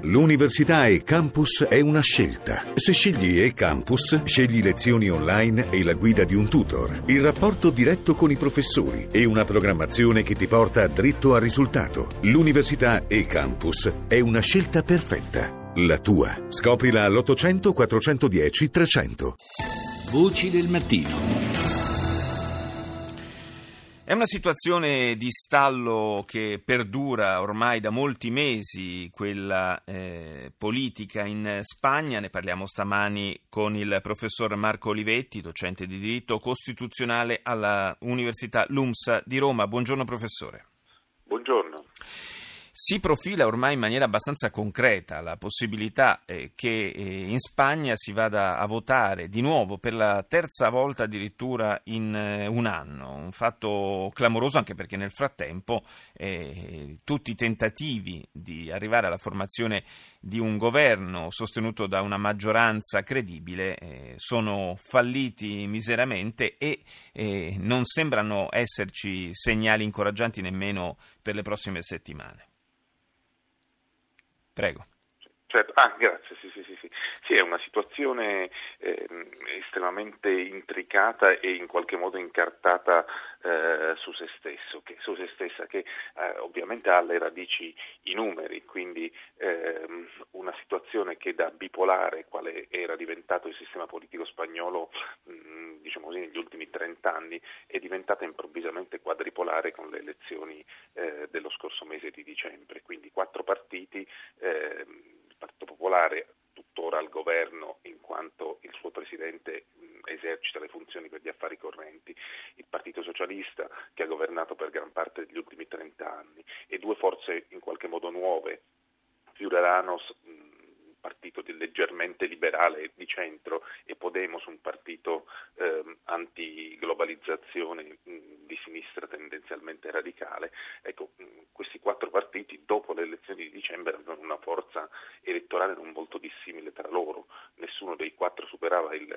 L'università e-Campus è una scelta. Se scegli e-Campus, scegli lezioni online e la guida di un tutor, il rapporto diretto con i professori e una programmazione che ti porta dritto al risultato. L'università e-Campus è una scelta perfetta. La tua. Scoprila all'800 410 300. Voci del mattino. È una situazione di stallo che perdura ormai da molti mesi, quella politica in Spagna. Ne parliamo stamani con il professor Marco Olivetti, docente di diritto costituzionale alla Università LUMSA di Roma. Buongiorno professore. Buongiorno. Si profila ormai in maniera abbastanza concreta la possibilità che in Spagna si vada a votare di nuovo per la terza volta addirittura in un anno, un fatto clamoroso anche perché nel frattempo tutti i tentativi di arrivare alla formazione di un governo sostenuto da una maggioranza credibile sono falliti miseramente e non sembrano esserci segnali incoraggianti nemmeno per le prossime settimane. Prego. Certo. Grazie. Sì, è una situazione estremamente intricata e in qualche modo incartata su se stessa, che ovviamente ha alle radici i numeri, quindi una situazione che da bipolare, quale era diventato il sistema politico spagnolo, diciamo così, negli ultimi 30 anni, è diventata improvvisamente quadripolare con le elezioni dello scorso mese di dicembre, quindi 4 partiti. Il Partito Popolare tuttora al governo in quanto il suo presidente esercita le funzioni per gli affari correnti, il Partito Socialista che ha governato per gran parte degli ultimi 30 anni e 2 forze in qualche modo nuove, Ciudadanos, partito leggermente liberale di centro, e Podemos, un partito antiglobalizzazione di sinistra tendenzialmente radicale. Ecco, questi 4 partiti dopo le elezioni di dicembre avevano una forza elettorale non molto dissimile tra loro, nessuno dei 4 superava il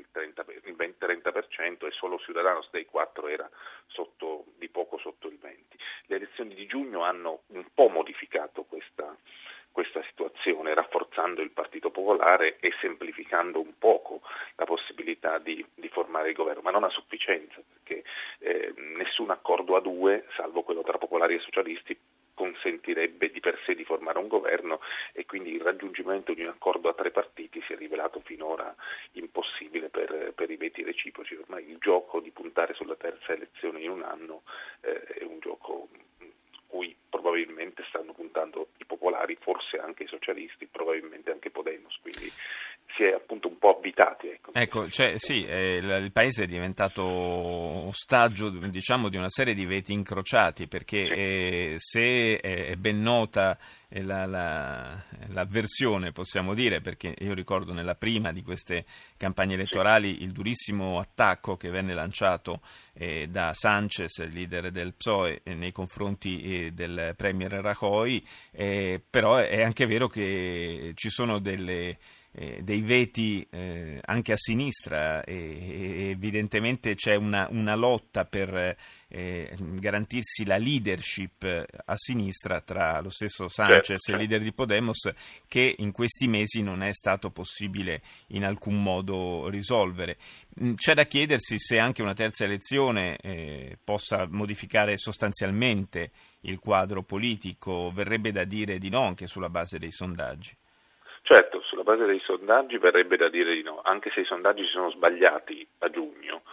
30% e solo Ciudadanos dei 4 era di poco sotto il 20%. Le elezioni di giugno hanno un po' modificato questa situazione, rafforzando il Partito Popolare e semplificando un poco la possibilità di formare il governo, ma non a sufficienza, perché nessun accordo a 2, salvo quello tra popolari e socialisti, consentirebbe di per sé di formare un governo, e quindi il raggiungimento di un accordo a 3 partiti si è rivelato finora impossibile per i veti reciproci. Ormai il gioco di puntare sulla terza elezione in un anno è un gioco cui probabilmente stanno puntando i popolari, forse anche i socialisti, probabilmente anche Podemos, quindi si è appunto un po' avvitati. Il paese è diventato ostaggio, diciamo, di una serie di veti incrociati, perché se è ben nota l'avversione, possiamo dire, perché io ricordo nella prima di queste campagne elettorali il durissimo attacco che venne lanciato da Sánchez, il leader del PSOE, nei confronti del premier Rajoy, però è anche vero che ci sono dei veti anche a sinistra e evidentemente c'è una lotta per garantirsi la leadership a sinistra tra lo stesso Sánchez e il leader di Podemos, che in questi mesi non è stato possibile in alcun modo risolvere. C'è da chiedersi se anche una terza elezione possa modificare sostanzialmente il quadro politico. Verrebbe da dire di no anche sulla base dei sondaggi. Certo, sulla base dei sondaggi verrebbe da dire di no, anche se i sondaggi si sono sbagliati a giugno,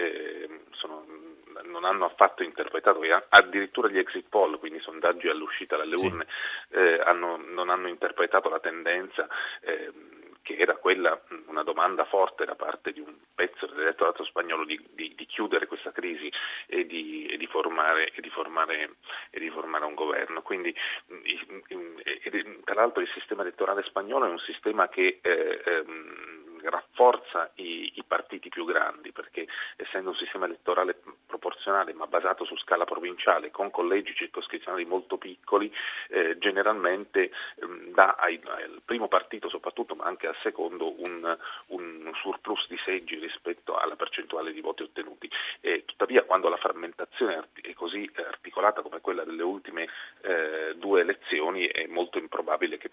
non hanno affatto interpretato, addirittura gli exit poll, quindi i sondaggi all'uscita dalle urne, non hanno interpretato la tendenza che era quella, una domanda forte da parte di un pezzo dell'elettorato spagnolo di chiudere questa crisi e di formare un governo. Quindi tra l'altro il sistema elettorale spagnolo è un sistema che rafforza i partiti più grandi, perché essendo un sistema elettorale proporzionale ma basato su scala provinciale con collegi circoscrizionali molto piccoli, generalmente dà al primo partito soprattutto, ma anche al secondo, un surplus di seggi rispetto alla percentuale di voti ottenuti. Tuttavia, quando la frammentazione è così articolata come quella delle ultime 2 elezioni, è molto improbabile che produca una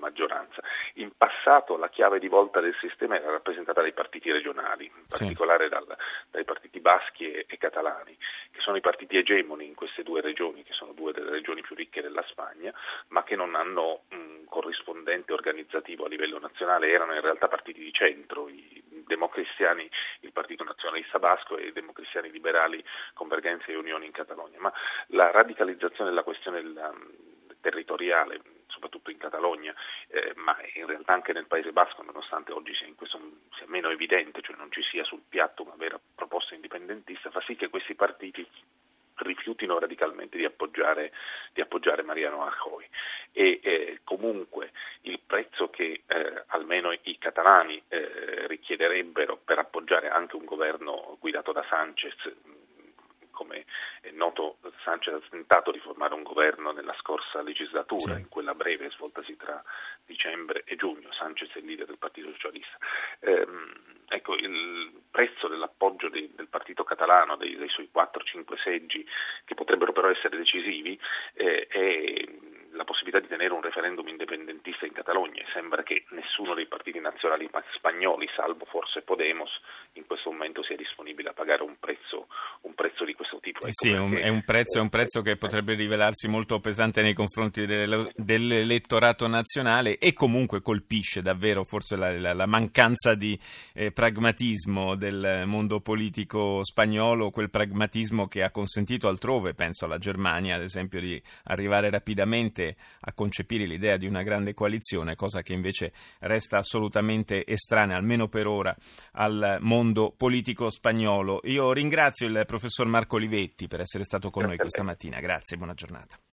maggioranza. In passato la chiave di volta del sistema era rappresentata dai partiti regionali, in particolare dai partiti baschi e catalani, che sono i partiti egemoni in queste due regioni, che sono due delle regioni più ricche della Spagna, ma che non hanno un corrispondente organizzativo a livello nazionale. Erano in realtà partiti di centro, i democristiani, il Partito Nazionalista Basco, e i democristiani liberali Convergenza e Unione in Catalogna. Ma la radicalizzazione della questione territoriale, soprattutto in Catalogna, ma in realtà anche nel Paese Basco, nonostante oggi sia meno evidente, cioè non ci sia sul piatto una vera proposta indipendentista, fa sì che questi partiti rifiutino radicalmente di appoggiare Mariano Rajoy, e comunque il prezzo che almeno i catalani richiederebbero per appoggiare anche un governo guidato da Sánchez. Come è noto, Sánchez ha tentato di formare un governo nella scorsa legislatura, in quella breve svoltasi tra dicembre e giugno. Sánchez è il leader del Partito Socialista. Ecco, il prezzo dell'appoggio del partito catalano, dei suoi 4-5 seggi, che potrebbero però essere decisivi, è la possibilità di tenere un referendum indipendentista in Catalogna. Sembra che nessuno dei partiti nazionali spagnoli, salvo forse Podemos, in questo momento sia disponibile a pagare un prezzo di questo tipo. Ecco, sì, è un prezzo che potrebbe rivelarsi molto pesante nei confronti dell'elettorato nazionale, e comunque colpisce davvero forse la mancanza di pragmatismo del mondo politico spagnolo, quel pragmatismo che ha consentito altrove, penso alla Germania ad esempio, di arrivare rapidamente a concepire l'idea di una grande coalizione, cosa che invece resta assolutamente estranea, almeno per ora, al mondo politico spagnolo. Io ringrazio il professor Marco Olivetti per essere stato con noi questa mattina. Grazie, buona giornata.